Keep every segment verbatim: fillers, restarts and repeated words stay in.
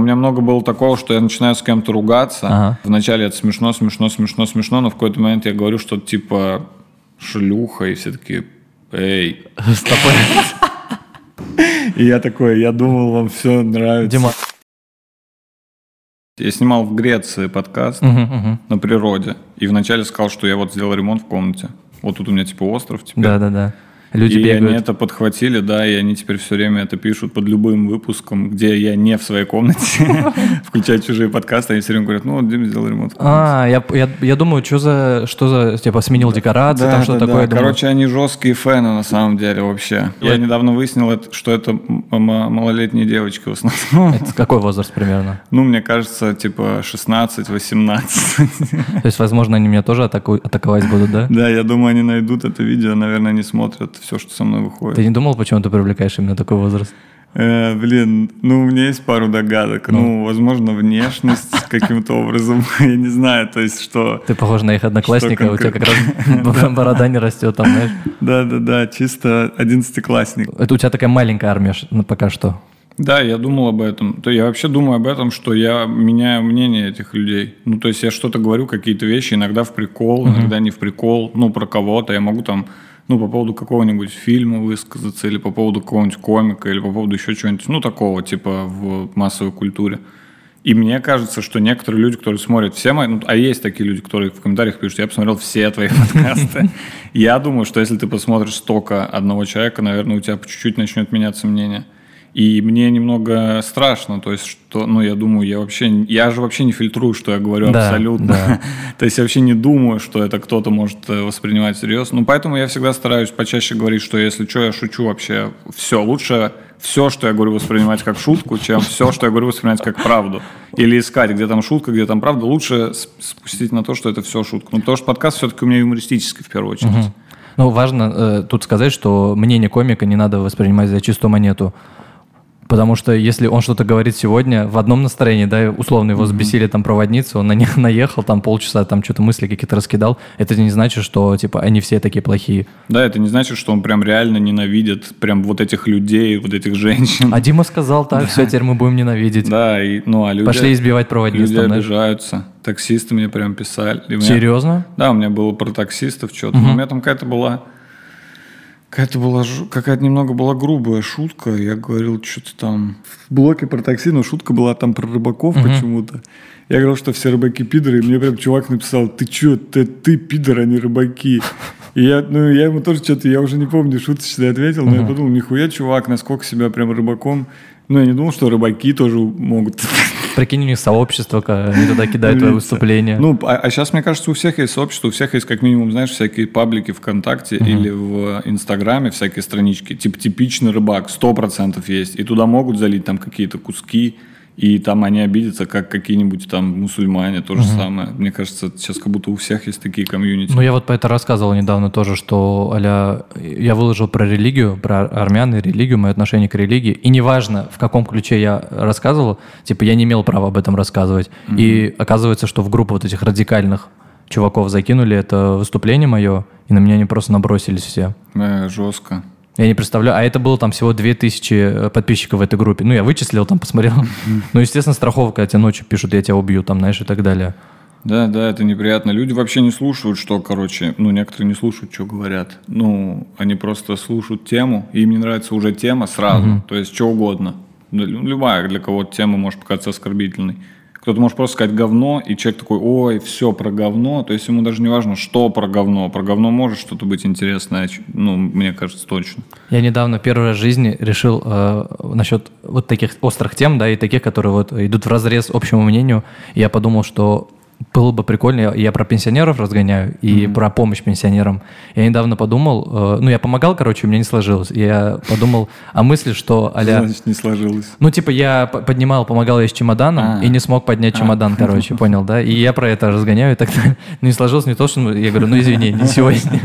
меня много было такого, что я начинаю с кем-то ругаться. Ага. Вначале это смешно, смешно, смешно, смешно, но в какой-то момент я говорю что-то типа шлюха, и все такие, эй. И я такой, я думал, вам все нравится. Дима. Я снимал в Греции подкаст угу, угу. на природе. И вначале сказал, что я вот сделал ремонт в комнате. Вот тут у меня типа остров теперь. Да-да-да. Люди и бегают. они это подхватили, да, и они теперь все время это пишут под любым выпуском, где я не в своей комнате, включая чужие подкасты, они все время говорят, ну вот Дима сделал ремонт в комнате. А, я, я, я думаю, что за, что за, типа, сменил декорации, да, там что-то да, такое. Да. Короче, они жесткие фэны на самом деле вообще. Я недавно выяснил, что это малолетние девочки в основном. Это какой возраст примерно? Ну, мне кажется, типа шестнадцать-восемнадцать. То есть, возможно, они меня тоже атаку... атаковать будут, да? Да, я думаю, они найдут это видео, наверное, они смотрят все, что со мной выходит. Ты не думал, почему ты привлекаешь именно такой возраст? Э, блин, ну, у меня есть пару догадок. Ну, ну возможно, внешность каким-то образом, я не знаю, то есть, что... Ты похож на их одноклассника, у тебя как раз борода не растет там, знаешь? Да-да-да, чисто одиннадцатиклассник. Это у тебя такая маленькая армия пока что. Да, я думал об этом. То я вообще думаю об этом, что я меняю мнение этих людей. Ну, то есть я что-то говорю, какие-то вещи, иногда в прикол, uh-huh. иногда не в прикол, ну, про кого-то. Я могу там, ну, по поводу какого-нибудь фильма высказаться, или по поводу какого-нибудь комика, или по поводу еще чего-нибудь, ну, такого, типа, в массовой культуре. И мне кажется, что некоторые люди, которые смотрят все мои... Ну, а есть такие люди, которые в комментариях пишут, я посмотрел все твои подкасты. Я думаю, что если ты посмотришь столько одного человека, наверное, у тебя по чуть-чуть начнет меняться мнение. И мне немного страшно, то есть, что, ну, я думаю, я вообще, я же вообще не фильтрую, что я говорю да, абсолютно. Да. То есть, я вообще не думаю, что это кто-то может воспринимать всерьез. Ну, поэтому я всегда стараюсь почаще говорить, что если что, я шучу вообще. Все, лучше все, что я говорю, воспринимать как шутку, чем все, что я говорю, воспринимать как правду. Или искать, где там шутка, где там правда. Лучше спустить на то, что это все шутка. Ну, потому что подкаст все-таки у меня юмористический в первую очередь. Угу. Ну, важно э, тут сказать, что мнение комика не надо воспринимать за чистую монету. Потому что если он что-то говорит сегодня в одном настроении, да, условно его взбесили там проводницы, он на них наехал, там полчаса там что-то мысли какие-то раскидал, это не значит, что типа они все такие плохие. Да, это не значит, что он прям реально ненавидит прям вот этих людей, вот этих женщин. А Дима сказал так, да. Все, теперь мы будем ненавидеть. Да, и, ну а люди... Пошли избивать проводниц. Люди там, обижаются. Таксисты мне прям писали. И Серьезно? Меня... Да, у меня было про таксистов что-то. Угу. У меня там какая-то была... Какая-то была, какая-то немного была грубая шутка. Я говорил что-то там в блоке про такси, но шутка была там про рыбаков uh-huh. почему-то. Я говорил, что все рыбаки пидоры, и мне прям чувак написал, ты что, ты, ты пидор, а не рыбаки. И я, ну, я ему тоже что-то, я уже не помню, шуточно ответил, но uh-huh. я подумал, нихуя, чувак, насколько себя прям рыбаком. Ну, я не думал, что рыбаки тоже могут... Прикинь, у них сообщество, они туда кидают твои выступления. Ну, а, а сейчас, мне кажется, у всех есть сообщество, у всех есть, как минимум, знаешь, всякие паблики ВКонтакте uh-huh. или в Инстаграме, всякие странички, типа типичный рыбак, сто процентов есть. И туда могут залить там какие-то куски, и там они обидятся, как какие-нибудь там мусульмане, то же uh-huh. самое. Мне кажется, сейчас как будто у всех есть такие комьюнити. Ну, я вот по это рассказывал недавно тоже, что а-ля, я выложил про религию, про армян и религию, мое отношение к религии. И неважно, в каком ключе я рассказывал, типа я не имел права об этом рассказывать. Uh-huh. И оказывается, что в группу вот этих радикальных чуваков закинули это выступление мое, и на меня они просто набросились все. Э, жестко. Я не представляю. А это было там всего две тысячи подписчиков в этой группе. Ну, я вычислил, там посмотрел. Ну, естественно, страховка, тебе ночью пишут, я тебя убью, там, знаешь, и так далее. Да, да, это неприятно. Люди вообще не слушают, что, короче, ну, некоторые не слушают, что говорят. Ну, они просто слушают тему, и им не нравится уже тема сразу. Uh-huh. То есть, что угодно. Любая для кого-то тема может показаться оскорбительной. Кто-то может просто сказать говно, и человек такой, ой, все про говно. То есть ему даже не важно, что про говно. Про говно может что-то быть интересное, ну, мне кажется, точно. Я недавно первый раз в жизни решил э, насчет вот таких острых тем, да, и таких, которые вот идут вразрез общему мнению. И я подумал, что было бы прикольно, я про пенсионеров разгоняю и mm-hmm. про помощь пенсионерам. Я недавно подумал, э, ну, я помогал, короче, у меня не сложилось. Я подумал о мысли, что а-ля... Значит, не сложилось. Ну, типа, я поднимал, помогал я с чемоданом А-а-а. и не смог поднять чемодан, А-а-а. короче, понял, да? И я про это разгоняю и так далее. Не сложилось не то, что... Я говорю, ну, извини, не сегодня.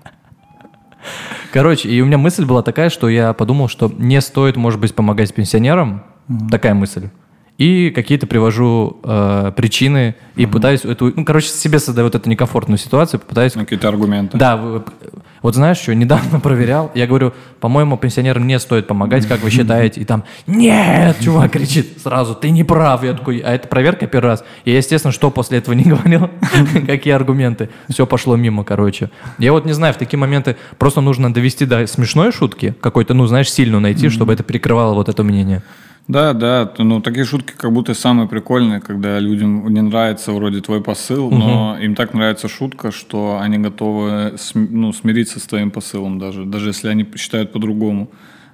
Короче, и у меня мысль была такая, что я подумал, что не стоит, может быть, помогать пенсионерам. Mm-hmm. Такая мысль. и какие-то привожу э, причины и угу. пытаюсь эту, ну, короче, себе создаю вот эту некомфортную ситуацию, попытаюсь... Какие-то аргументы. Да, вот знаешь, что, недавно проверял, я говорю, по-моему, пенсионерам не стоит помогать, как вы считаете? И там, нет, чувак кричит сразу, ты не прав. Я такой, а это проверка первый раз. И я, естественно, что после этого не говорил, какие аргументы. Все пошло мимо, короче. Я вот не знаю, в такие моменты просто нужно довести до смешной шутки, какой-то, ну, знаешь, сильную найти, чтобы это перекрывало вот это мнение. Да, да, ну такие шутки как будто самые прикольные, когда людям не нравится вроде твой посыл, угу. но им так нравится шутка, что они готовы ну, смириться с твоим посылом даже, даже если они считают по-другому.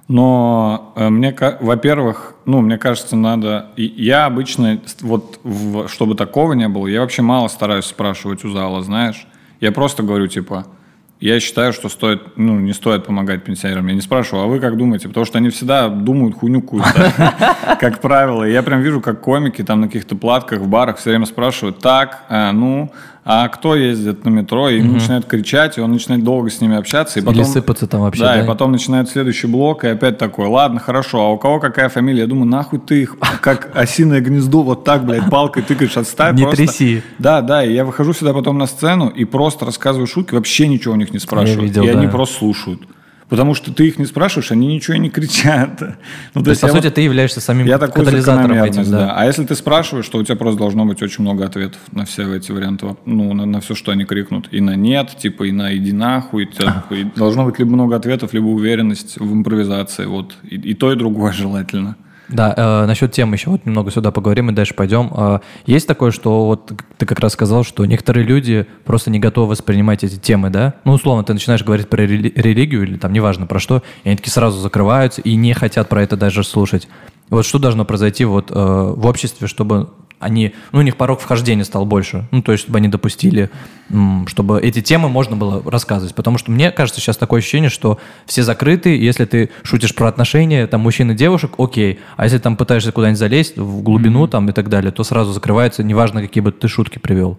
Но мне, во-первых, ну, мне кажется, надо... Я обычно, вот, в, чтобы такого не было, я вообще мало стараюсь спрашивать у зала, знаешь. Я просто говорю, типа... Я считаю, что стоит, ну, не стоит помогать пенсионерам. Я не спрашиваю, а вы как думаете? Потому что они всегда думают хуйню какую-то, как правило. Я прям вижу, как комики там на каких-то платках в барах все время спрашивают, так, ну, а кто ездит на метро? И ему начинают кричать, и он начинает долго с ними общаться. Или сыпаться там вообще. Да, и потом начинает следующий блок, и опять такой, ладно, хорошо, а у кого какая фамилия? Я думаю, нахуй ты их, как осиное гнездо, вот так, блядь, палкой тыкаешь, отставь. Не тряси. Да, да, и я выхожу сюда потом на сцену и просто рассказываю шутки, вообще ничего у них не спрашивают. Видел, и да. они просто слушают. Потому что ты их не спрашиваешь, они ничего и не кричат. Ну, то, то есть, по сути, вот, ты являешься самим я катализатором этим. Да. Да. А если ты спрашиваешь, то у тебя просто должно быть очень много ответов на все эти варианты. Ну, на, на все, что они крикнут. И на нет, типа, и на иди нахуй. И, и должно быть либо много ответов, либо уверенность в импровизации. Вот. И, и то, и другое желательно. Да, э, насчет темы еще вот немного сюда поговорим и дальше пойдем. Э, есть такое, что вот ты как раз сказал, что некоторые люди просто не готовы воспринимать эти темы, да? Ну, условно, ты начинаешь говорить про рели- религию или там неважно про что, и они такие сразу закрываются и не хотят про это даже слушать. Вот что должно произойти вот э, в обществе, чтобы они, ну, у них порог вхождения стал больше, ну, то есть, чтобы они допустили, м, чтобы эти темы можно было рассказывать, потому что мне кажется сейчас такое ощущение, что все закрыты, если ты шутишь про отношения, там, мужчин и девушек, окей, а если там пытаешься куда-нибудь залезть в глубину, mm-hmm. там, и так далее, то сразу закрывается, неважно, какие бы ты шутки привел.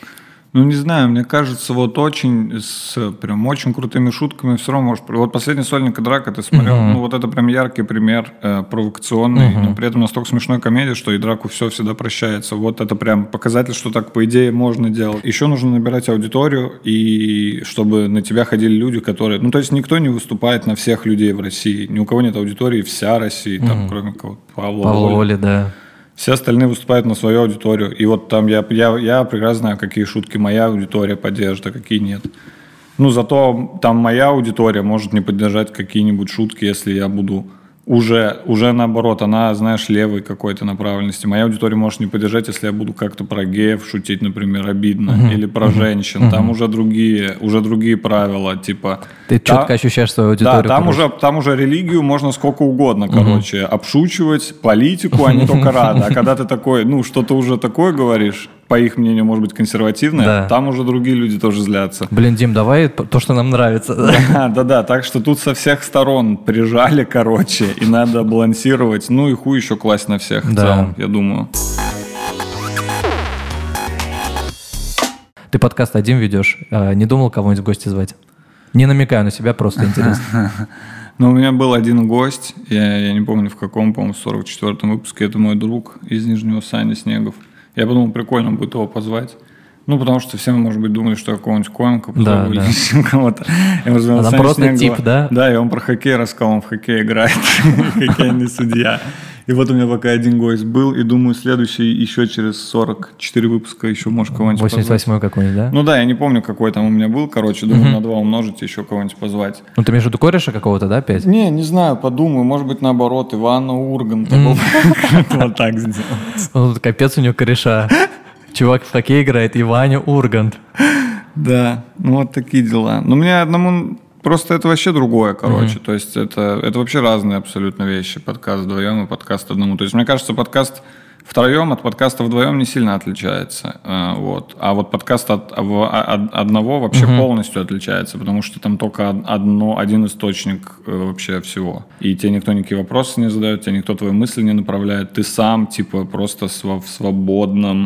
Ну, не знаю, мне кажется, вот очень, с прям очень крутыми шутками все равно можешь... Вот «Последний сольник и драка» ты смотрел, uh-huh. ну, вот это прям яркий пример э, провокационный, uh-huh. но при этом настолько смешной комедии, что и драку все всегда прощается. Вот это прям показатель, что так, по идее, можно делать. Еще нужно набирать аудиторию, и чтобы на тебя ходили люди, которые... Ну, то есть никто не выступает на всех людей в России, ни у кого нет аудитории, вся Россия, uh-huh. там, кроме кого-то Павла Павла Воли. Воли, да. Все остальные выступают на свою аудиторию. И вот там я, я, я прекрасно знаю, какие шутки моя аудитория поддержит, а какие нет. Ну, зато там моя аудитория может не поддержать какие-нибудь шутки, если я буду уже, уже наоборот, она, знаешь, левой какой-то направленности. Моя аудитория может не поддержать, если я буду как-то про геев шутить, например, обидно, uh-huh. или про uh-huh. женщин. Uh-huh. Там уже другие, уже другие правила, типа... Ты та... четко ощущаешь свою аудиторию. Да, там уже, там уже религию можно сколько угодно, короче, uh-huh. обшучивать, политику, они только рады. А когда ты такой, ну, что-то уже такое говоришь, по их мнению, может быть, консервативное, да. там уже другие люди тоже злятся. Блин, Дим, давай то, что нам нравится. Да, да, да, так что тут со всех сторон прижали, короче, и надо балансировать, ну и хуй еще класть на всех в да. целом, я думаю. Ты подкаст один ведешь, не думал кого-нибудь в гости звать? Не намекаю на себя, просто интересно. Ну, у меня был один гость, я, я не помню в каком, по-моему, сорок четвёртом выпуске, это мой друг из Нижнего, Саня Снегов. Я подумал, прикольно будет его позвать. Ну, потому что все, может быть, думали, что я какого-нибудь комика да, да. кого-то. Она просто Снегова. Тип, да? Да, и он про хоккей рассказал, он в хоккей играет, хоккейный судья. И вот у меня пока один гость был, и думаю, следующий еще через сорок четыре выпуска еще можешь кого-нибудь позвать. восемьдесят восьмой какой-нибудь, да? Ну да, я не помню, какой там у меня был, короче, думаю, uh-huh. на два умножить, еще кого-нибудь позвать. Ну ты имеешь в виду кореша какого-то, да, опять? Не, не знаю, подумаю, может быть, наоборот, Ивана Урганта был. Вот так сделал. Ну капец у него кореша. Чувак в хоккей играет, и Ваня Ургант. Да, ну вот такие дела. Но мне одному... Просто это вообще другое, короче. Mm-hmm. То есть это, это вообще разные абсолютно вещи. Подкаст вдвоем и подкаст одному. То есть мне кажется, подкаст втроем от подкаста вдвоем не сильно отличается. Вот. А вот подкаст от, от одного вообще mm-hmm. полностью отличается, потому что там только одно, один источник вообще всего. И тебе никто никакие вопросы не задает, тебе никто твои мысли не направляет. Ты сам типа просто в свободном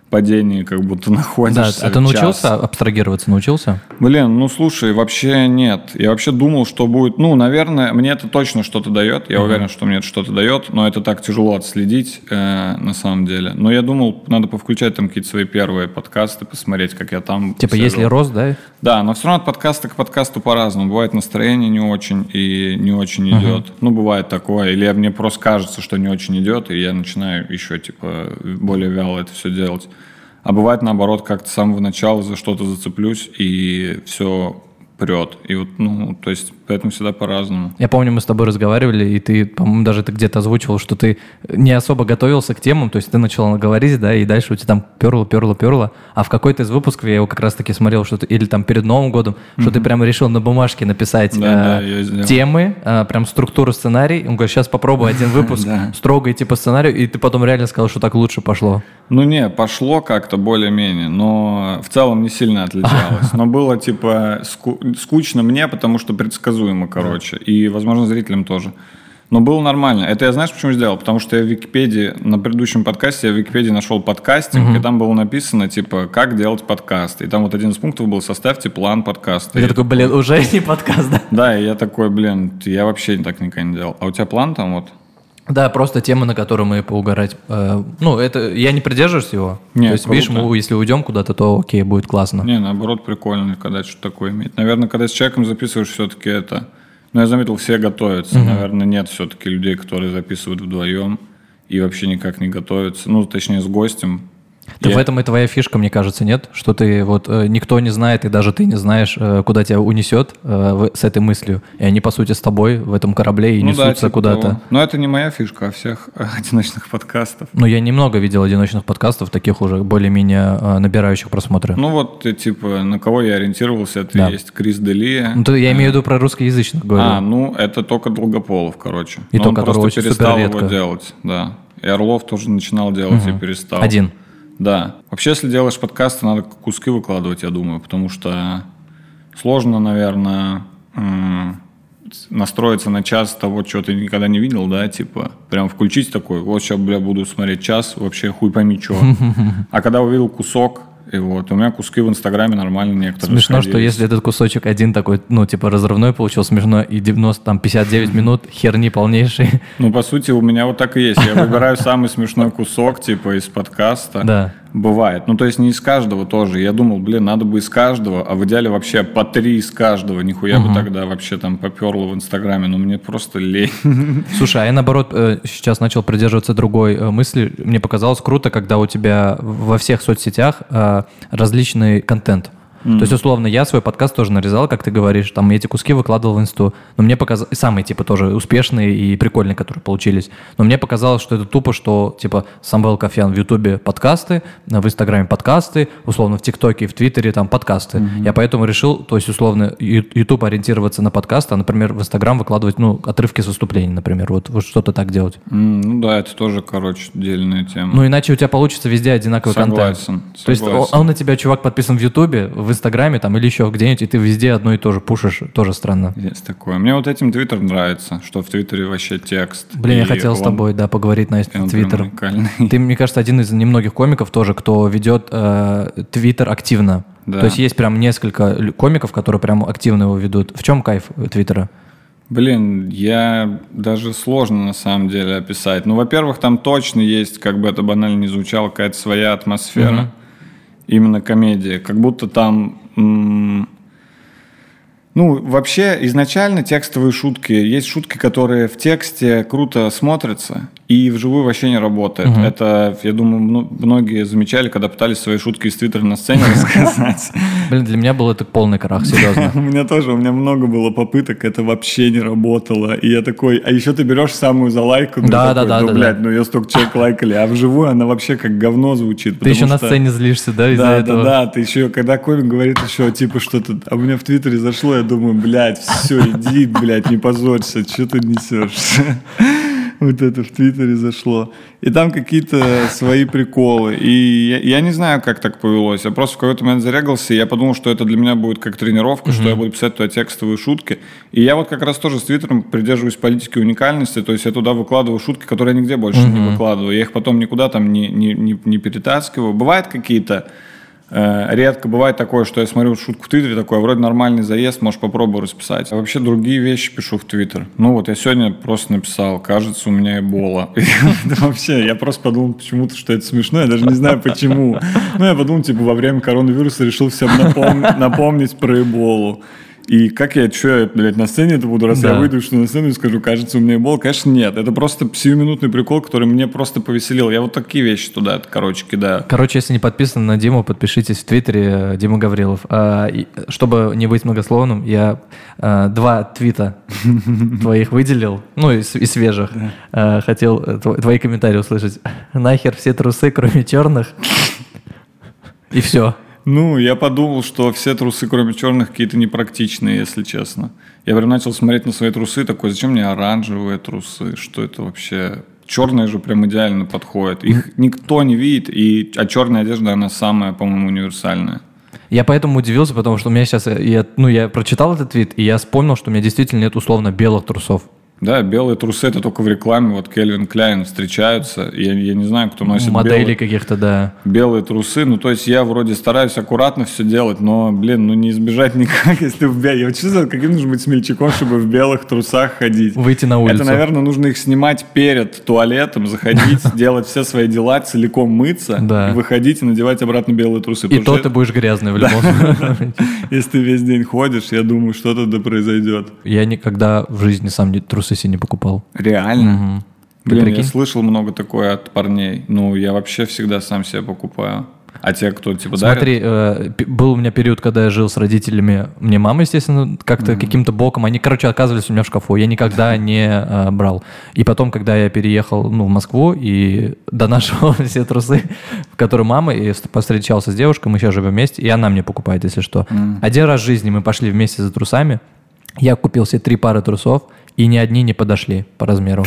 падении как будто находишься. Да, а ты научился абстрагироваться, научился? Блин, ну слушай, вообще нет. Я вообще думал, что будет... Ну, наверное, мне это точно что-то дает. Я uh-huh. уверен, что мне это что-то дает, но это так тяжело отследить э, на самом деле. Но я думал, надо повключать там какие-то свои первые подкасты, посмотреть, как я там... Типа сижу. Если рост, да? Да, но все равно от подкаста к подкасту по-разному. Бывает настроение не очень и не очень uh-huh. идет. Ну, бывает такое. Или мне просто кажется, что не очень идет, и я начинаю еще типа более вяло это все делать. А бывает, наоборот, как-то с самого начала за что-то зацеплюсь, и все прет. И вот, ну, то есть, поэтому всегда по-разному. Я помню, мы с тобой разговаривали, и ты, по-моему, даже ты где-то озвучивал, что ты не особо готовился к темам, то есть ты начал говорить, да, и дальше у тебя там перло, перло, перло, а в какой-то из выпусков я его как раз-таки смотрел, что ты, или там перед Новым годом, mm-hmm. что ты прямо решил на бумажке написать да, э, да, темы, э, прям структуру сценарий. Он говорит, сейчас попробуй один выпуск строго идти по сценарию, и ты потом реально сказал, что так лучше пошло. Ну не, пошло как-то более-менее, но в целом не сильно отличалось. Но было типа ску- скучно мне, потому что предсказуемо, короче, и, возможно, зрителям тоже. Но было нормально. Это я знаешь, почему сделал? Потому что я в Википедии, на предыдущем подкасте, я в Википедии нашел подкастинг, uh-huh. и там было написано, типа, как делать подкаст. И там вот один из пунктов был, составьте план подкаста. И я такой, блин, уже не подкаст, да? Да, и я такой, блин, я вообще так никогда не делал. А у тебя план там вот? Да, просто тема, на которую мы поугарать. Э, ну, это я не придерживаюсь его. Нет, то есть, круто. Видишь, мы, если уйдем куда-то, то окей, будет классно. Не, наоборот, прикольно, когда что-то такое иметь. Наверное, когда с человеком записываешь, все-таки это... Ну, я заметил, все готовятся. Mm-hmm. Наверное, нет все-таки людей, которые записывают вдвоем и вообще никак не готовятся. Ну, точнее, с гостем. Да Я... в этом и твоя фишка, мне кажется, нет? Что ты вот э, никто не знает, и даже ты не знаешь, э, куда тебя унесет э, в, с этой мыслью. И они, по сути, с тобой в этом корабле и ну, несутся да, типа куда-то. Того. Но это не моя фишка, а всех одиночных подкастов. Ну, я немного видел одиночных подкастов, таких уже более-менее э, набирающих просмотры. Ну, вот, типа, на кого я ориентировался, это да. есть Крис Делия. Ну, то я имею в виду про русскоязычных, говорю. А, ну, это только Долгополов, короче. И Но то, он который просто очень перестал суперредко. его делать, да. И Орлов тоже начинал делать угу. и перестал. Один. Да. Вообще, если делаешь подкасты, надо куски выкладывать, я думаю, потому что сложно, наверное, настроиться на час того, чего ты никогда не видел, да, типа, прям включить такой, вот сейчас, бля, буду смотреть час, вообще хуй пойми, что. А когда увидел кусок, и вот, у меня куски в Инстаграме нормально некоторые. Смешно, что если этот кусочек один такой, ну, типа, разрывной получил, смешно, и девяносто, там, пятьдесят девять минут херни полнейшей. Ну, по сути, у меня вот так и есть. Я выбираю самый смешной кусок, типа, из подкаста. Да. Бывает. Ну, то есть не из каждого тоже. Я думал, блин, надо бы из каждого, а в идеале вообще по три из каждого. Нихуя угу. бы тогда вообще там поперло в Инстаграме. Но мне просто лень. Слушай, а я, наоборот, сейчас начал придерживаться другой мысли. Мне показалось круто, когда у тебя во всех соцсетях различный контент. Mm-hmm. То есть, условно, я свой подкаст тоже нарезал, как ты говоришь, там эти куски выкладывал в инсту, но мне показалось, самые, типа, тоже успешные и прикольные, которые получились, но мне показалось, что это тупо, что, типа, Самвел Кофян в Ютубе подкасты, в Инстаграме подкасты, условно, в ТикТоке и в Твиттере там подкасты. Mm-hmm. Я поэтому решил, то есть, условно, Ютуб ориентироваться на подкасты, а, например, в Инстаграм выкладывать, ну, отрывки с выступлений, например, вот, вот что-то так делать. Mm, ну да, это тоже, короче, отдельная тема. Ну, иначе у тебя получится везде одинаковый согласен, контент. Согласен. То есть, он, он на тебя, чувак, подписан в Ютубе, в Инстаграме там или еще где-нибудь, и ты везде одно и то же пушишь, тоже странно. Есть такое. Мне вот этим Твиттер нравится, что в Твиттере вообще текст. Блин, я хотел он... с тобой, да, поговорить на Твиттер. Ты, мне кажется, один из немногих комиков тоже, кто ведет Твиттер э, активно. Да. То есть есть прям несколько комиков, которые прям активно его ведут. В чем кайф Твиттера? Блин, я даже сложно на самом деле описать. Ну, во-первых, там точно есть, как бы это банально не звучало, какая-то своя атмосфера. Mm-hmm. Именно комедия. Как будто там... М- ну, вообще, изначально текстовые шутки. Есть шутки, которые в тексте круто смотрятся и вживую вообще не работают. Uh-huh. Это, я думаю, многие замечали, когда пытались свои шутки из Твиттера на сцене рассказать. Блин, для меня был это полный крах, серьезно. У меня тоже, у меня много было попыток, это вообще не работало. И я такой, а еще ты берешь самую залайку. Да, да, да. Ну, блядь, ну ее столько человек лайкали, а вживую она вообще как говно звучит. Ты еще на сцене злишься, да, из-за этого? Да, да, да, ты еще, когда комик говорит еще типа что-то, а у меня в Твиттере зашло, я думаю, блядь, все, иди, блядь, не позорься, что ты несешь? Вот это в Твиттере зашло. И там какие-то свои приколы. И я, я не знаю, как так повелось. Я просто в какой-то момент зарегался, и я подумал, что это для меня будет как тренировка, mm-hmm. что я буду писать туда текстовые шутки. И я вот как раз тоже с Твиттером придерживаюсь политики уникальности, то есть я туда выкладываю шутки, которые я нигде больше mm-hmm. не выкладываю. Я их потом никуда там не, не, не, не перетаскиваю. Бывают какие-то редко бывает такое, что я смотрю шутку в Твиттере, такой, вроде нормальный заезд, можешь попробую расписать. А вообще другие вещи пишу в Твиттер. Ну вот я сегодня просто написал, кажется, у меня эбола. Вообще, я просто подумал почему-то, что это смешно, я даже не знаю почему. Ну я подумал, типа, во время коронавируса решил всем напомнить про эболу. И как я, что я, блядь, на сцене это буду, раз да. я выйду, что на сцену и скажу, кажется, у меня эбола? Конечно, нет. Это просто сиюминутный прикол, который мне просто повеселил. Я вот такие вещи туда, короче, кидаю. Короче, если не подписаны на Диму, подпишитесь в Твиттере Дима Гаврилов. А, и, чтобы не быть многословным, я а, два твита твоих выделил, ну, и, и свежих. А, хотел твои комментарии услышать. Нахер все трусы, кроме черных. И все. Ну, я подумал, что все трусы, кроме черных, какие-то непрактичные, если честно. Я прям начал смотреть на свои трусы, такой, зачем мне оранжевые трусы? Что это вообще? Черные же прям идеально подходят. Их никто не видит, и, а черная одежда, она самая, по-моему, универсальная. Я поэтому удивился, потому что у меня сейчас... Я, ну, я прочитал этот твит, и я вспомнил, что у меня действительно нет условно белых трусов. Да, белые трусы это только в рекламе. Вот Кельвин Кляйн встречаются. Я, я не знаю, кто носит модели белые, каких-то, да. белые трусы. Ну, то есть я вроде стараюсь аккуратно все делать, но, блин, ну не избежать никак, если в белых. Я вот чувствую, каким нужно быть смельчаком, чтобы в белых трусах ходить. Выйти на улицу. Это, наверное, нужно их снимать перед туалетом, заходить, делать все свои дела, целиком мыться, выходить и надевать обратно белые трусы. И то ты будешь грязный в любом случае. Если ты весь день ходишь, я думаю, что-то да произойдет. Я никогда в жизни сам трусы себе не покупал. Реально? Угу. Блин, я слышал много такое от парней. Ну, я вообще всегда сам себе покупаю. А те, кто типа дарит? Смотри, э, был у меня период, когда я жил с родителями. Мне мама, естественно, как-то mm-hmm. каким-то боком. Они, короче, оказывались у меня в шкафу. Я никогда не э, брал. И потом, когда я переехал ну, в Москву и донашивал все трусы, в которые мама, и повстречался с девушкой, мы сейчас живем вместе, и она мне покупает, если что. Mm-hmm. Один раз в жизни мы пошли вместе за трусами. Я купил себе три пары трусов, и ни одни не подошли по размеру.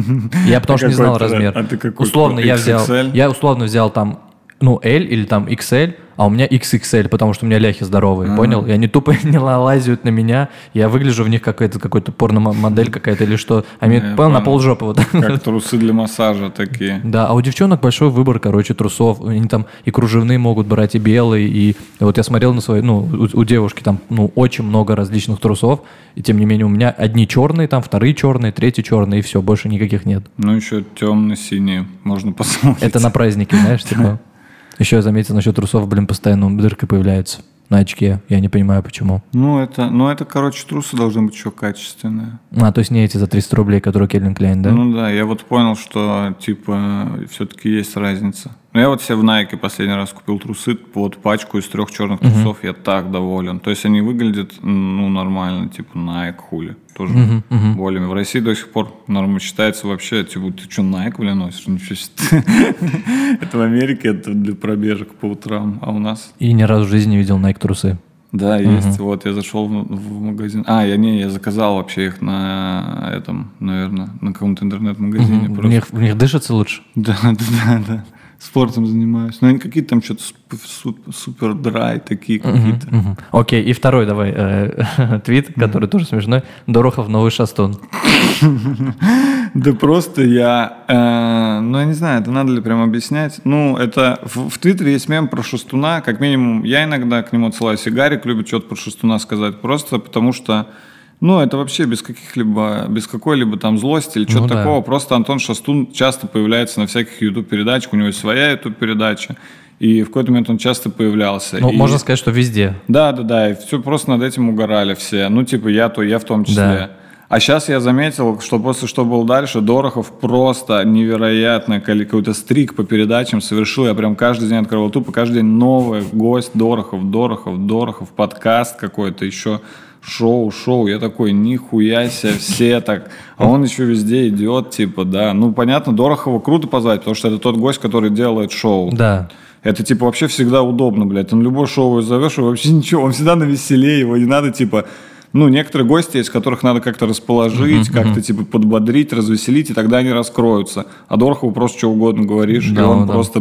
Я потому что не знал размер. А ты какой? Условно я взял, я условно взял там, ну, L или там икс эль, а у меня икс икс эль, потому что у меня ляхи здоровые, А-а-а. понял? И они тупо не лазят на меня, я выгляжу в них какая-то какой-то порно-модель какая-то или что. Они, понял, понял, на полжопы вот. Как трусы для массажа такие. Да, а у девчонок большой выбор, короче, трусов. Они там и кружевные могут брать, и белые, и, и вот я смотрел на свои, ну, у, у девушки там, ну, очень много различных трусов, и тем не менее у меня одни черные там, вторые черные, третьи черные, и все, больше никаких нет. Ну, еще темно-синие, можно посмотреть. Это на праздники, знаешь, типа. Еще я заметил насчет трусов, блин, постоянно дырка появляется на очке. Я не понимаю, почему. Ну, это, ну, это, короче, трусы должны быть еще качественные. А, то есть не эти за триста рублей, которые Кельвин Кляйн, да? Ну да, я вот понял, что, типа, все-таки есть разница. Ну, я вот себе в Nike последний раз купил трусы, вот пачку из трех черных трусов, uh-huh. я так доволен. То есть они выглядят, ну, нормально, типа Nike, хули. Тоже uh-huh, uh-huh. более. В России до сих пор норма считается вообще, типа, ты что, Nike, блин, носишь? Ничего себе. Это в Америке, это для пробежек по утрам, а у нас... И ни разу в жизни не видел Nike трусы. Да, есть. Uh-huh. Вот я зашел в, в магазин. А, я не, я заказал вообще их на этом, наверное, на каком-то интернет-магазине. Uh-huh. В, них, в них дышится лучше? Да, да, да, да. Спортом занимаюсь. Ну, они какие-то там что-то супер драй, такие какие-то. Uh-huh, uh-huh. Окей, и второй давай э, твит, который uh-huh. тоже смешной. Дорохов новый шастун. Да просто я... Э, ну, я не знаю, это надо ли прям объяснять. Ну, это... В, в Твиттере есть мем про шастуна. Как минимум, я иногда к нему отсылаюсь. И Гарик любит что-то про шастуна сказать. Просто потому что... Ну, это вообще без каких-либо, без какой-либо там злости или чего-то ну, такого. Да. Просто Антон Шастун часто появляется на всяких YouTube-передачах. У него есть своя YouTube-передача. И в какой-то момент он часто появлялся. Ну, и... можно сказать, что везде. Да, да, да. И все просто над этим угорали все. Ну, типа, я то, я в том числе. Да. А сейчас я заметил, что после «Что было дальше», Дорохов просто невероятно какой-то стрик по передачам совершил. Я прям каждый день открывал тупо, каждый день новый гость Дорохов, Дорохов, Дорохов, подкаст какой-то еще. Шоу, шоу, я такой, нихуя себе, все так, а он еще везде идет, типа, да, ну, понятно, Дорохова круто позвать, потому что это тот гость, который делает шоу. Да. Это, типа, вообще всегда удобно, блядь, ты на любое шоу зовешь, и вообще ничего, он всегда навеселее, его не надо, типа, ну, некоторые гости есть, которых надо как-то расположить, uh-huh, как-то, uh-huh. типа, подбодрить, развеселить, и тогда они раскроются. А Дорохову просто что угодно говоришь, да, и он да. просто,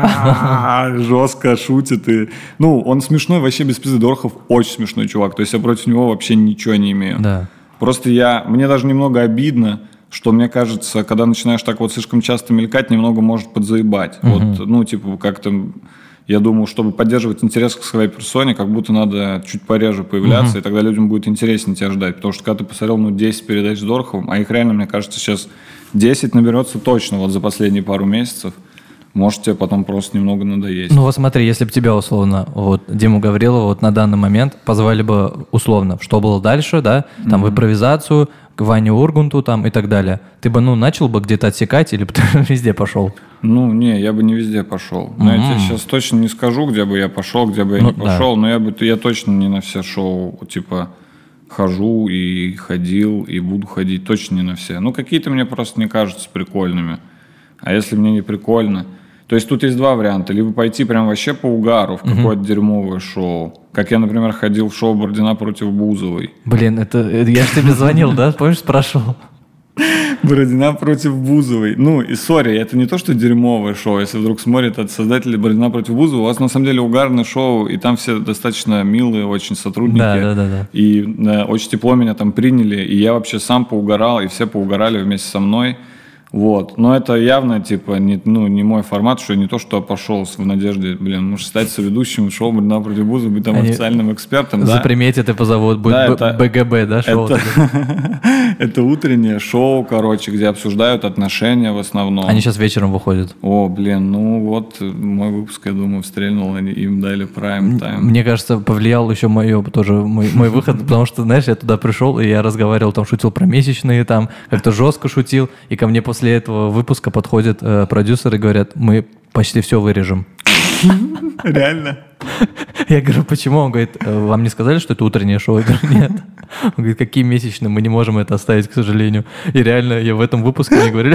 бля, жестко шутит. И... Ну, он смешной вообще без пизды. Дорохов очень смешной чувак. То есть я против него вообще ничего не имею. Да. Просто я... Мне даже немного обидно, что, мне кажется, когда начинаешь так вот слишком часто мелькать, немного может подзаебать. Uh-huh. Вот, ну, типа, как-то... Я думаю, чтобы поддерживать интерес к своей персоне, как будто надо чуть пореже появляться, uh-huh. и тогда людям будет интереснее тебя ждать. Потому что когда ты посмотрел, ну, десять передач с Дороховым, а их реально, мне кажется, сейчас десять наберется точно вот за последние пару месяцев, может тебе потом просто немного надоесть. Ну вот смотри, если бы тебя условно, вот Диму Гаврилова вот на данный момент позвали бы условно, что было дальше, да, там uh-huh. в импровизацию, к Ване Ургунту там и так далее, ты бы, ну, начал бы где-то отсекать или бы ты везде пошел? Ну, не, я бы не везде пошел. Но mm-hmm. я тебе сейчас точно не скажу, где бы я пошел, где бы я ну, не пошел, да. но я бы, я точно не на все шоу, типа, хожу и ходил, и буду ходить, точно не на все. Ну, какие-то мне просто не кажутся прикольными. А если мне не прикольно... То есть тут есть два варианта. Либо пойти прям вообще по угару в какое-то mm-hmm. дерьмовое шоу. Как я, например, ходил в шоу Бородина против Бузовой. Блин, это я же тебе звонил, да? Помнишь, спрашивал? Бородина против Бузовой. Ну, и сори, это не то, что дерьмовое шоу. Если вдруг смотрят от создателей Бородина против Бузовой, у вас на самом деле угарное шоу, и там все достаточно милые очень сотрудники. Да, да, да, да. И да, очень тепло меня там приняли, и я вообще сам поугарал, и все поугарали вместе со мной. Вот. Но это явно, типа, не, ну, не мой формат, что не то, что я пошел в надежде, блин, может стать соведущим шоу «Бородина против Бузовой», быть там Они официальным экспертом. Заприметят и позовут, будет да, это, БГБ, да, шоу? Это, это утреннее шоу, короче, где обсуждают отношения в основном. Они сейчас вечером выходят. О, блин, ну вот мой выпуск, я думаю, встрельнул, они им дали прайм-тайм. Мне кажется, повлиял еще мое, тоже мой, мой выход, потому что, знаешь, я туда пришел, и я разговаривал, там шутил про месячные, там как-то жестко шутил, и ко мне после После этого выпуска подходят э, продюсеры и говорят, мы почти все вырежем. Реально? Я говорю, почему? Он говорит, вам не сказали, что это утреннее шоу? Я говорю, нет. Он говорит, какие месячные, мы не можем это оставить, к сожалению. И реально, я в этом выпуске мне говорили...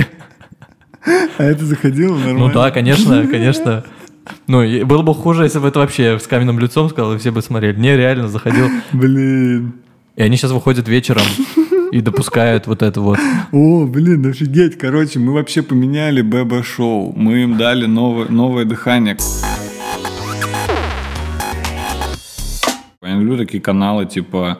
А это заходило нормально? Ну да, конечно, конечно. Ну, было бы хуже, если бы это вообще с каменным лицом сказал, и все бы смотрели. Не, реально заходил. Блин. И они сейчас выходят вечером и допускают вот это вот. О, блин, офигеть. Короче, мы вообще поменяли ББ-шоу. Мы им дали новое, новое дыхание. Я люблю такие каналы, типа...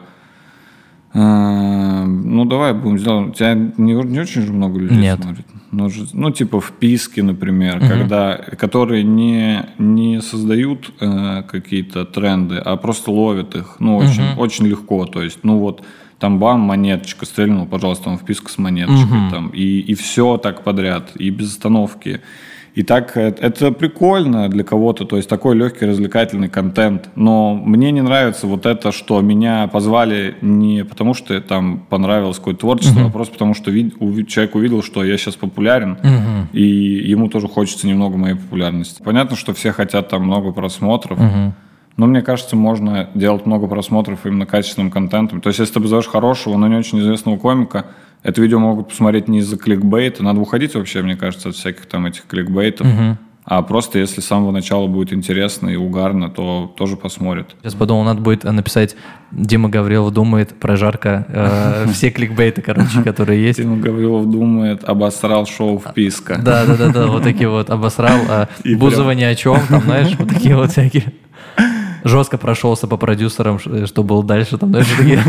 Э, ну, давай будем сделать... Тебя не, не очень же много людей Нет. смотрит? Ну, ну, типа вписки, например, угу. когда, которые не, не создают э, какие-то тренды, а просто ловят их. Ну, очень, угу. очень легко. То есть, ну вот... Там бам, монеточка, стрельнул, пожалуйста, там вписка с монеточкой. Uh-huh. Там, и, и все так подряд, и без остановки. И так это, это прикольно для кого-то, то есть такой легкий развлекательный контент. Но мне не нравится вот это, что меня позвали не потому, что там понравилось какое-то творчество, uh-huh. а просто потому, что вид, у, человек увидел, что я сейчас популярен, uh-huh. и ему тоже хочется немного моей популярности. Понятно, что все хотят там много просмотров, uh-huh. но мне кажется, можно делать много просмотров именно качественным контентом. То есть, если ты позовешь хорошего, но не очень известного комика, это видео могут посмотреть не из-за кликбейта. Надо уходить вообще, мне кажется, от всяких там этих кликбейтов. Uh-huh. А просто, если с самого начала будет интересно и угарно, то тоже посмотрят. Сейчас подумал, надо будет написать «Дима Гаврилов думает, прожарка». Э, все кликбейты, короче, которые есть. Дима Гаврилов думает, обосрал шоу вписка. Да-да-да, вот такие вот, обосрал. Бузова ни о чем, там, знаешь, вот такие вот всякие. Жестко прошелся по продюсерам, что было дальше, там, знаешь, такие.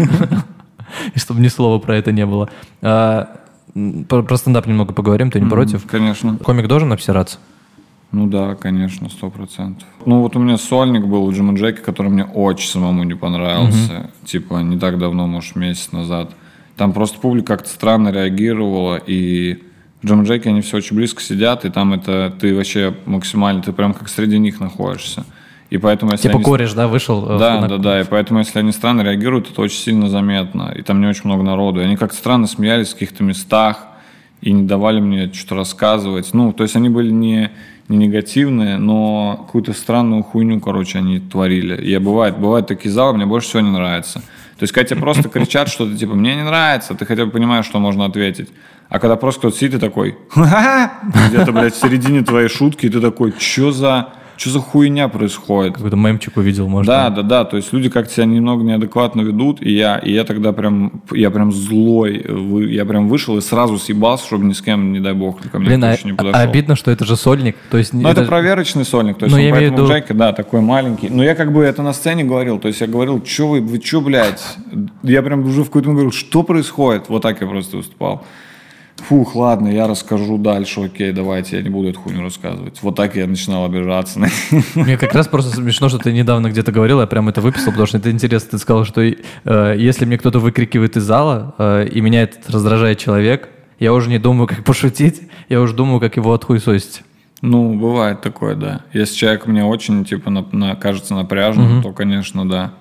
И чтобы ни слова про это не было. А, про, про стендап немного поговорим, ты не mm, против? Конечно. Комик должен обсираться? Ну да, конечно, сто процентов. Ну вот у меня сольник был у Джима Джеки, который мне очень самому не понравился. Mm-hmm. Типа не так давно, может, месяц назад. Там просто публика как-то странно реагировала, и в Джим Джеки они все очень близко сидят, и там это ты вообще максимально, ты прям как среди них находишься. И поэтому, если типа они... кореш, да, вышел? Да, на... да, да. И поэтому, если они странно реагируют, это очень сильно заметно. И там не очень много народу. И они как-то странно смеялись в каких-то местах и не давали мне что-то рассказывать. Ну, то есть они были не, не негативные, но какую-то странную хуйню, короче, они творили. И бывает, бывают такие залы, мне больше всего не нравится. То есть, когда тебе просто кричат что-то, типа, мне не нравится, ты хотя бы понимаешь, что можно ответить. А когда просто кто-то сидит и такой, где-то, блядь, в середине твоей шутки, и ты такой, что за... что за хуйня происходит? Какой-то мемчик увидел, может. Да, да, да, то есть люди как-то себя немного неадекватно ведут, и я, и я тогда прям, я прям злой, я прям вышел и сразу съебался, чтобы ни с кем, не дай бог, ко мне Блин, а, не подошел. А обидно, что это же сольник. То есть, ну, это, это проверочный сольник, то есть ну, он я поэтому имею в виду... Джеки, да, такой маленький. Но я как бы это на сцене говорил, то есть я говорил, что вы, вы что, блядь? Я прям уже в какой-то момент говорил, что происходит? Вот так я просто выступал. Фух, ладно, я расскажу дальше, окей, давайте, я не буду эту хуйню рассказывать. Вот так я начинал обижаться. Мне как раз просто смешно, что ты недавно где-то говорил, я прям это выписал, потому что это интересно. Ты сказал, что э, если мне кто-то выкрикивает из зала, э, и меня это раздражает человек, я уже не думаю, как пошутить, я уже думаю, как его отхуесосить. Ну, бывает такое, да. Если человек мне очень, типа, на, на, кажется напряженным, угу. то, конечно, да.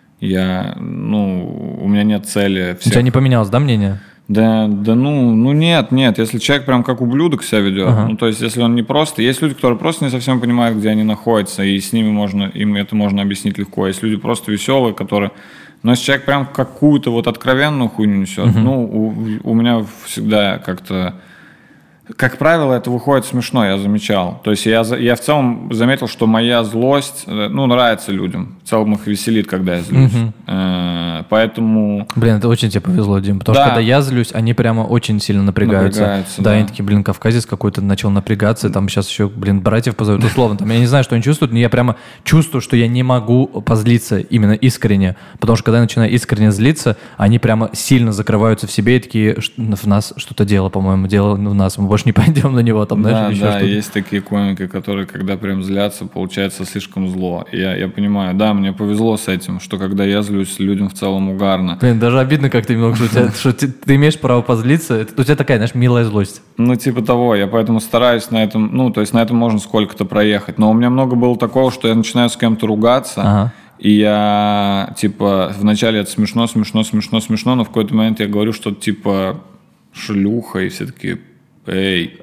Я, ну, у меня нет цели. Всех... У тебя не поменялось, да, мнение? Да, да, ну, ну нет, нет. Если человек прям как ублюдок себя ведет, ага. ну, то есть, если он не просто... Есть люди, которые просто не совсем понимают, где они находятся, и с ними можно, им это можно объяснить легко. Есть люди просто веселые, которые... Но если человек прям какую-то вот откровенную хуйню несет, uh-huh. ну, у, у меня всегда как-то... Как правило, это выходит смешно, я замечал. То есть я, я в целом заметил, что моя злость, ну, нравится людям. В целом их веселит, когда я злюсь. Uh-huh. Э, поэтому... Блин, это очень тебе повезло, Дим. Потому да. что когда я злюсь, они прямо очень сильно напрягаются. напрягаются да, да, они такие, блин, кавказец какой-то начал напрягаться, там сейчас еще, блин, братьев позовут. Условно, там, я не знаю, что они чувствуют, но я прямо чувствую, что я не могу позлиться именно искренне. Потому что когда я начинаю искренне злиться, они прямо сильно закрываются в себе и такие, в нас что-то дело, по-моему, дело в нас, мы больше не пойдем на него, там, знаешь, да, еще да, что-то. Есть такие комики, которые, когда прям злятся, получается слишком зло. Я, я понимаю, да, мне повезло с этим, что когда я злюсь, людям в целом угарно. Блин, даже обидно как-то немного, что, у тебя, что ты, ты имеешь право позлиться, это, у тебя такая, знаешь, милая злость. Ну, типа того, я поэтому стараюсь на этом, ну, то есть на этом можно сколько-то проехать. Но у меня много было такого, что я начинаю с кем-то ругаться, ага. и я, типа, вначале это смешно, смешно, смешно, смешно, но в какой-то момент я говорю что-то типа шлюха, и все такие... Эй.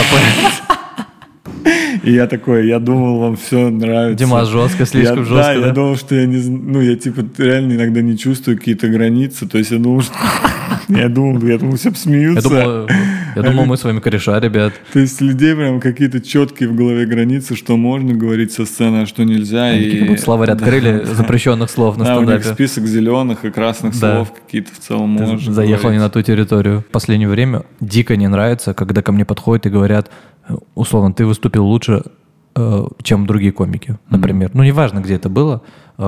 И я такой, я думал, вам все нравится. Дима, жестко, слишком я, жестко, да? да? Я думал, что я не... Ну, я, типа, реально иногда не чувствую какие-то границы. То есть я думал, что... Я думал, я думал, все посмеются. Я думал, я думал мы с вами кореша, ребят. То есть людей прям какие-то четкие в голове границы, что можно говорить со сцены, а что нельзя. Они и... как будто словарь открыли запрещенных слов на да, стендапе. у них список зеленых и красных да. слов какие-то в целом можно заехал говорить. Не на ту территорию. В последнее время дико не нравится, когда ко мне подходят и говорят, условно, ты выступил лучше, чем другие комики, например. Mm-hmm. Ну, неважно, где это было.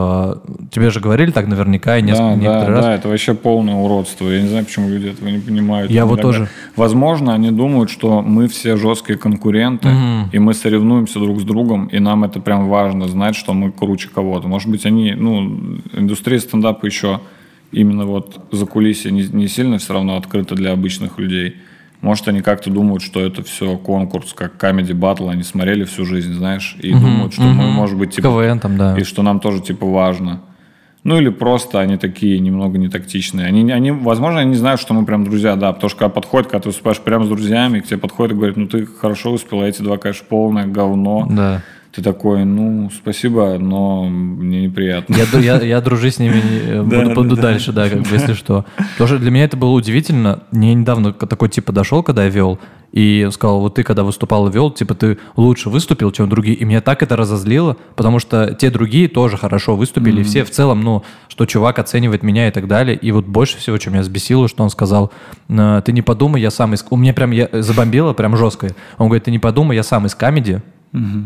Тебе же говорили так наверняка и несколько, да, некоторые да, раз. Да, это вообще полное уродство. Я не знаю, почему люди этого не понимают. Я вот тоже. Возможно, они думают, что мы все жесткие конкуренты, mm-hmm. и мы соревнуемся друг с другом, и нам это прям важно знать, что мы круче кого-то. Может быть, они, ну, индустрия стендапа еще именно вот за кулисье не, не сильно все равно открыта для обычных людей. Может, они как-то думают, что это все конкурс, как Comedy Battle, они смотрели всю жизнь, знаешь, и uh-huh, думают, что uh-huh. мы, может быть, типа... КВН там, да. И что нам тоже, типа, важно. Ну, или просто они такие немного не тактичные. Они, они, возможно, они не знают, что мы прям друзья, да, потому что когда подходят, когда ты выступаешь прямо с друзьями, к тебе подходят и говорят, ну, ты хорошо выступил, а эти два, конечно, полное говно. Да. Ты такой, ну, спасибо, но мне неприятно. Я, я, я дружить с ними буду, буду дальше, да, как бы, если что. Тоже для меня это было удивительно. Мне недавно такой типа дошел, когда я вел, и сказал, вот ты когда выступал и вел, типа ты лучше выступил, чем другие. И меня так это разозлило, потому что те другие тоже хорошо выступили, mm-hmm. и все в целом, ну, что чувак оценивает меня и так далее. И вот больше всего, что меня взбесило, что он сказал, ты не подумай, я сам из... У меня прям я... забомбило, прям жестко. Он говорит, ты не подумай, я сам из комеди. Mm-hmm.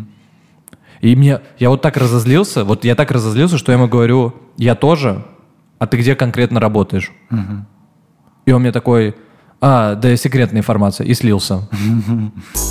И мне, я вот так разозлился, вот я так разозлился, что я ему говорю, я тоже, а ты где конкретно работаешь? Uh-huh. И он мне такой, а, да, секретная информация, и слился. Uh-huh.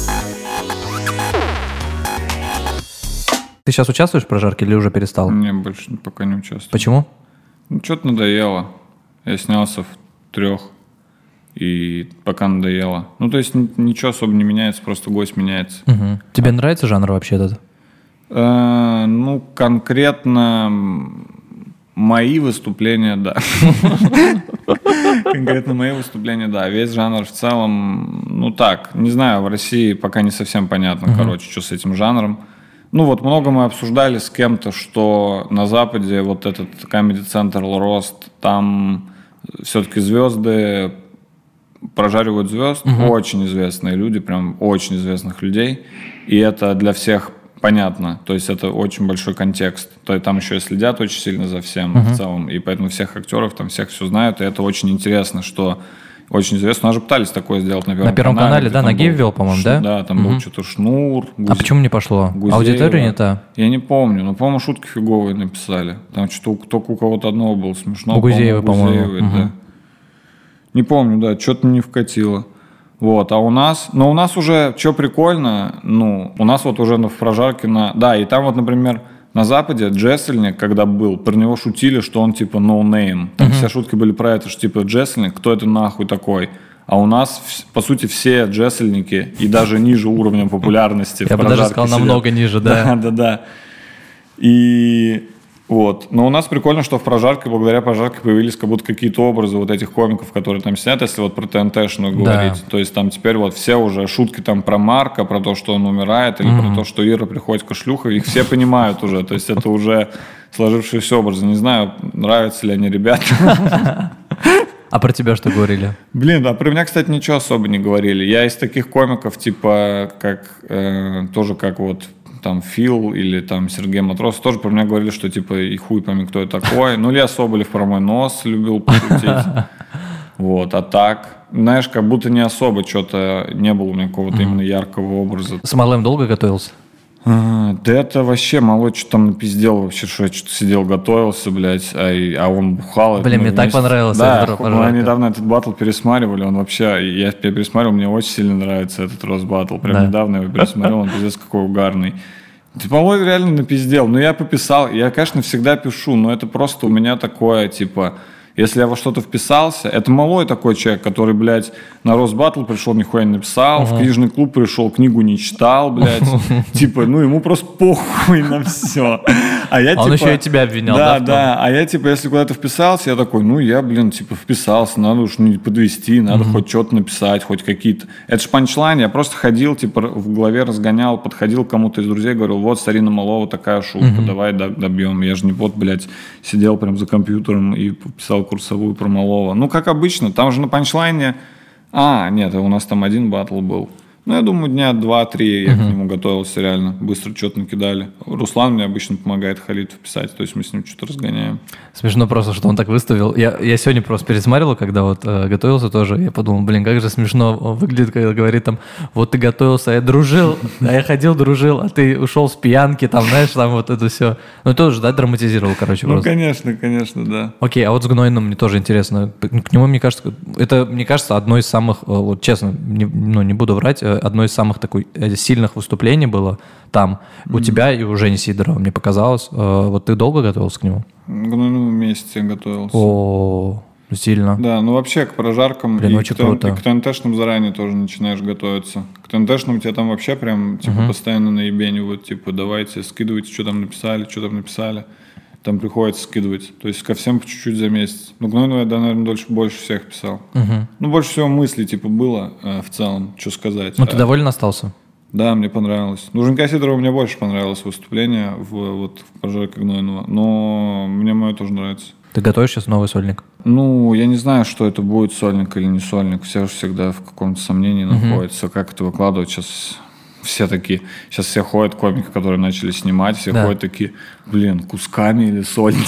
Ты сейчас участвуешь в прожарке или уже перестал? Не, больше пока не участвую. Почему? Ну, что-то надоело. Я снялся в трех, и пока надоело. Ну, то есть ничего особо не меняется, просто гость меняется. Uh-huh. Тебе а. нравится жанр вообще этот? Ну, конкретно мои выступления, да. Конкретно мои выступления, да. Весь жанр в целом, ну так, не знаю, в России пока не совсем понятно, uh-huh. короче, что с этим жанром. Ну вот много мы обсуждали с кем-то, что на Западе вот этот Comedy Central рост, там все-таки звезды прожаривают звезд, uh-huh. очень известные люди, прям очень известных людей. И это для всех понятно. То есть это очень большой контекст. То есть там еще и следят очень сильно за всем uh-huh. в целом. И поэтому всех актеров там всех все знают. И это очень интересно, что... Очень интересно. Нас же пытались такое сделать на Первом канале. На Первом канале, канале да, Нагиев вел, по-моему, ш... да? Да, там uh-huh. был что-то Шнур. Гуз... А почему не пошло? Гузеева. Аудитория не та? Я не помню. Но, по-моему, шутки фиговые написали. Там что-то только у кого-то одного было смешно. У Гузеевой, по-моему. Гузеевой, uh-huh. да. Не помню, да, что-то не вкатило. Вот, а у нас, ну, у нас уже, что прикольно, ну, у нас вот уже в прожарке на, да, и там вот, например, на Западе Джессельник, когда был, про него шутили, что он типа no name, там uh-huh. все шутки были про это, что типа Джессельник, кто это нахуй такой, а у нас, по сути, все Джессельники и даже ниже уровня популярности. Я бы даже сказал, намного ниже, да. Да, да, да. И... Вот. Но у нас прикольно, что в прожарке, благодаря прожарке появились как будто какие-то образы вот этих комиков, которые там сидят, если вот про ТНТшную говорить. Да. То есть там теперь вот все уже шутки там про Марка, про то, что он умирает, или mm-hmm. про то, что Ира приходит к шлюху, их все понимают уже. То есть это уже сложившиеся образы. Не знаю, нравятся ли они ребятам. А про тебя что говорили? Блин, а про меня, кстати, ничего особо не говорили. Я из таких комиков, типа, как э, тоже как вот там Фил или там Сергей Матрос, тоже про меня говорили, что типа и хуй пойми, кто я такой. Ну, Илья Соболев про мой нос любил пошутить. Вот, а так, знаешь, как будто не особо что-то, не было у меня какого-то именно яркого образа. С малым долго готовился? А, да это вообще, малой что там напиздел вообще, что я что-то сидел, готовился, блядь, а, а он бухал. Блин, мне вместе... так понравилось. Да, мы недавно этот батл пересматривали, он вообще, я пересматривал, мне очень сильно нравится этот Рос батл, прям да. недавно его пересмотрел, он пиздец какой угарный. Типа, малой реально напиздел, но я пописал, я, конечно, всегда пишу, но это просто у меня такое, типа... Если я во что-то вписался, это малой такой человек, который, блядь, на Росбаттл пришел, нихуя не написал, uh-huh. в книжный клуб пришел, книгу не читал, блядь. Типа, ну, ему просто похуй на все. А я, типа... Он еще и тебя обвинял, да? Да, да. А я, типа, если куда-то вписался, я такой, ну, я, блин, типа, вписался, надо уж не подвести, надо хоть что-то написать, хоть какие-то... Это ж панчлайн, я просто ходил, типа, в голове разгонял, подходил к кому-то из друзей, говорил, вот, Сарина Малова, такая шутка, давай добьем. Я же не вот, блядь, сидел прям за компьютером и писал курсовую про Малова. Ну, как обычно, там же на панчлайне... А, нет, у нас там один батл был. Ну, я думаю, дня два-три я uh-huh. к нему готовился реально. Быстро что-то накидали. Руслан мне обычно помогает Халитов писать, то есть мы с ним что-то разгоняем. Смешно просто, что он так выставил. Я, я сегодня просто пересматривал, когда вот э, готовился тоже. Я подумал, блин, как же смешно выглядит, когда говорит там, вот ты готовился, а я дружил, а я ходил, дружил, а ты ушел с пьянки, там, знаешь, там вот это все. Ну, тоже, да, драматизировал, короче, просто. Ну, конечно, конечно, да. Окей, а вот с Гнойным мне тоже интересно. К нему, мне кажется, это, мне кажется, одно из самых, вот честно, не, ну, не буду врать, одно из самых такой сильных выступлений было там. Mm-hmm. У тебя и у Жени Сидорова, мне показалось. Вот ты долго готовился к нему? Ну, месяц готовился. О, сильно. Да, ну вообще к прожаркам Блин, и, очень к, круто. и к ТНТшным заранее тоже начинаешь готовиться. К ТНТшным тебя там вообще прям типа uh-huh. постоянно наебенивают, типа давайте скидывайте, что там написали, что там написали. Там приходится скидывать. То есть ко всем по чуть-чуть за месяц. Ну, Гнойного я, да, наверное, дольше, больше всех писал. Uh-huh. Ну, больше всего мыслей типа было э, в целом, что сказать. Ну, ты а, доволен остался? Да, мне понравилось. Ну, Женька Сидорова мне больше понравилось выступление в, вот, в прожарке Гнойного. Но мне мое тоже нравится. Ты готовишь сейчас новый сольник? Ну, я не знаю, что это будет, сольник или не сольник. Все же всегда в каком-то сомнении uh-huh. находятся, как это выкладывать. Сейчас все такие, сейчас все ходят, комики, которые начали снимать, все да. ходят такие, блин, кусками или сольник.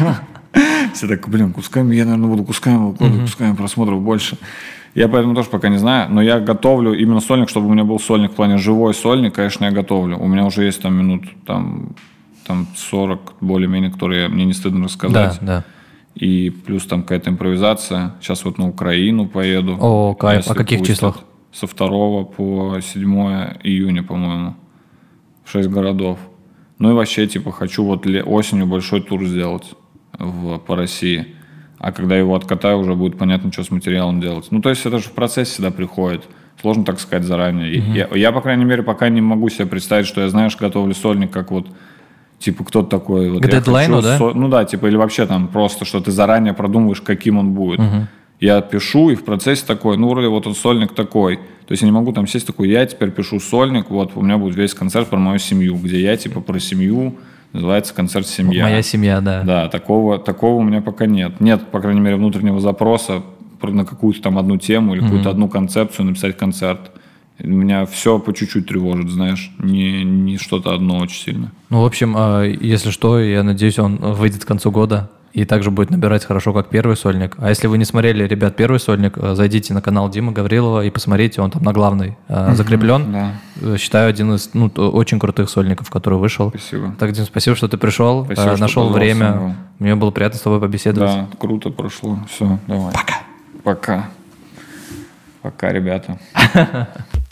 Все так, блин, кусками, я, наверное, буду кусками выкладывать, uh-huh. кусками просмотров больше. Я поэтому тоже пока не знаю, но я готовлю именно сольник, чтобы у меня был сольник в плане живой сольник, конечно, я готовлю. У меня уже есть там минут там, там сорок более-менее, которые мне не стыдно рассказать. Да, да. И плюс там какая-то импровизация. Сейчас вот на Украину поеду. О, кайф. О каких числах? Со второго по седьмое июня, по-моему. В шесть городов. Ну и вообще, типа, хочу вот осенью большой тур сделать в, по России. А когда его откатаю, уже будет понятно, что с материалом делать. Ну, то есть это же в процессе всегда приходит. Сложно так сказать заранее. Mm-hmm. Я, я, по крайней мере, пока не могу себе представить, что я, знаешь, готовлю сольник, как вот, типа, кто-то такой. Вот, к дедлайну, да? Со... Ну да, типа, или вообще там просто, что ты заранее продумываешь, каким он будет. Mm-hmm. Я пишу, и в процессе такой, ну, вроде вот он сольник такой. То есть я не могу там сесть такой, я теперь пишу сольник, вот, у меня будет весь концерт про мою семью, где я, типа, про семью... Называется концерт «Семья». Моя семья, да. Да, такого, такого у меня пока нет. Нет, по крайней мере, внутреннего запроса на какую-то там одну тему или mm-hmm. какую-то одну концепцию написать концерт. Меня все по чуть-чуть тревожит, знаешь, не, не что-то одно очень сильно. Ну, в общем, если что, я надеюсь, он выйдет к концу года и также будет набирать хорошо, как первый сольник. А если вы не смотрели, ребят, первый сольник, зайдите на канал Димы Гаврилова и посмотрите, он там на главный uh-huh, закреплен. Да. Считаю, один из ну, очень крутых сольников, который вышел. Спасибо. Так, Дим, спасибо, что ты пришел, спасибо, нашел время. Его. Мне было приятно с тобой побеседовать. Да, круто прошло. Все, давай. Пока. Пока. Пока, ребята.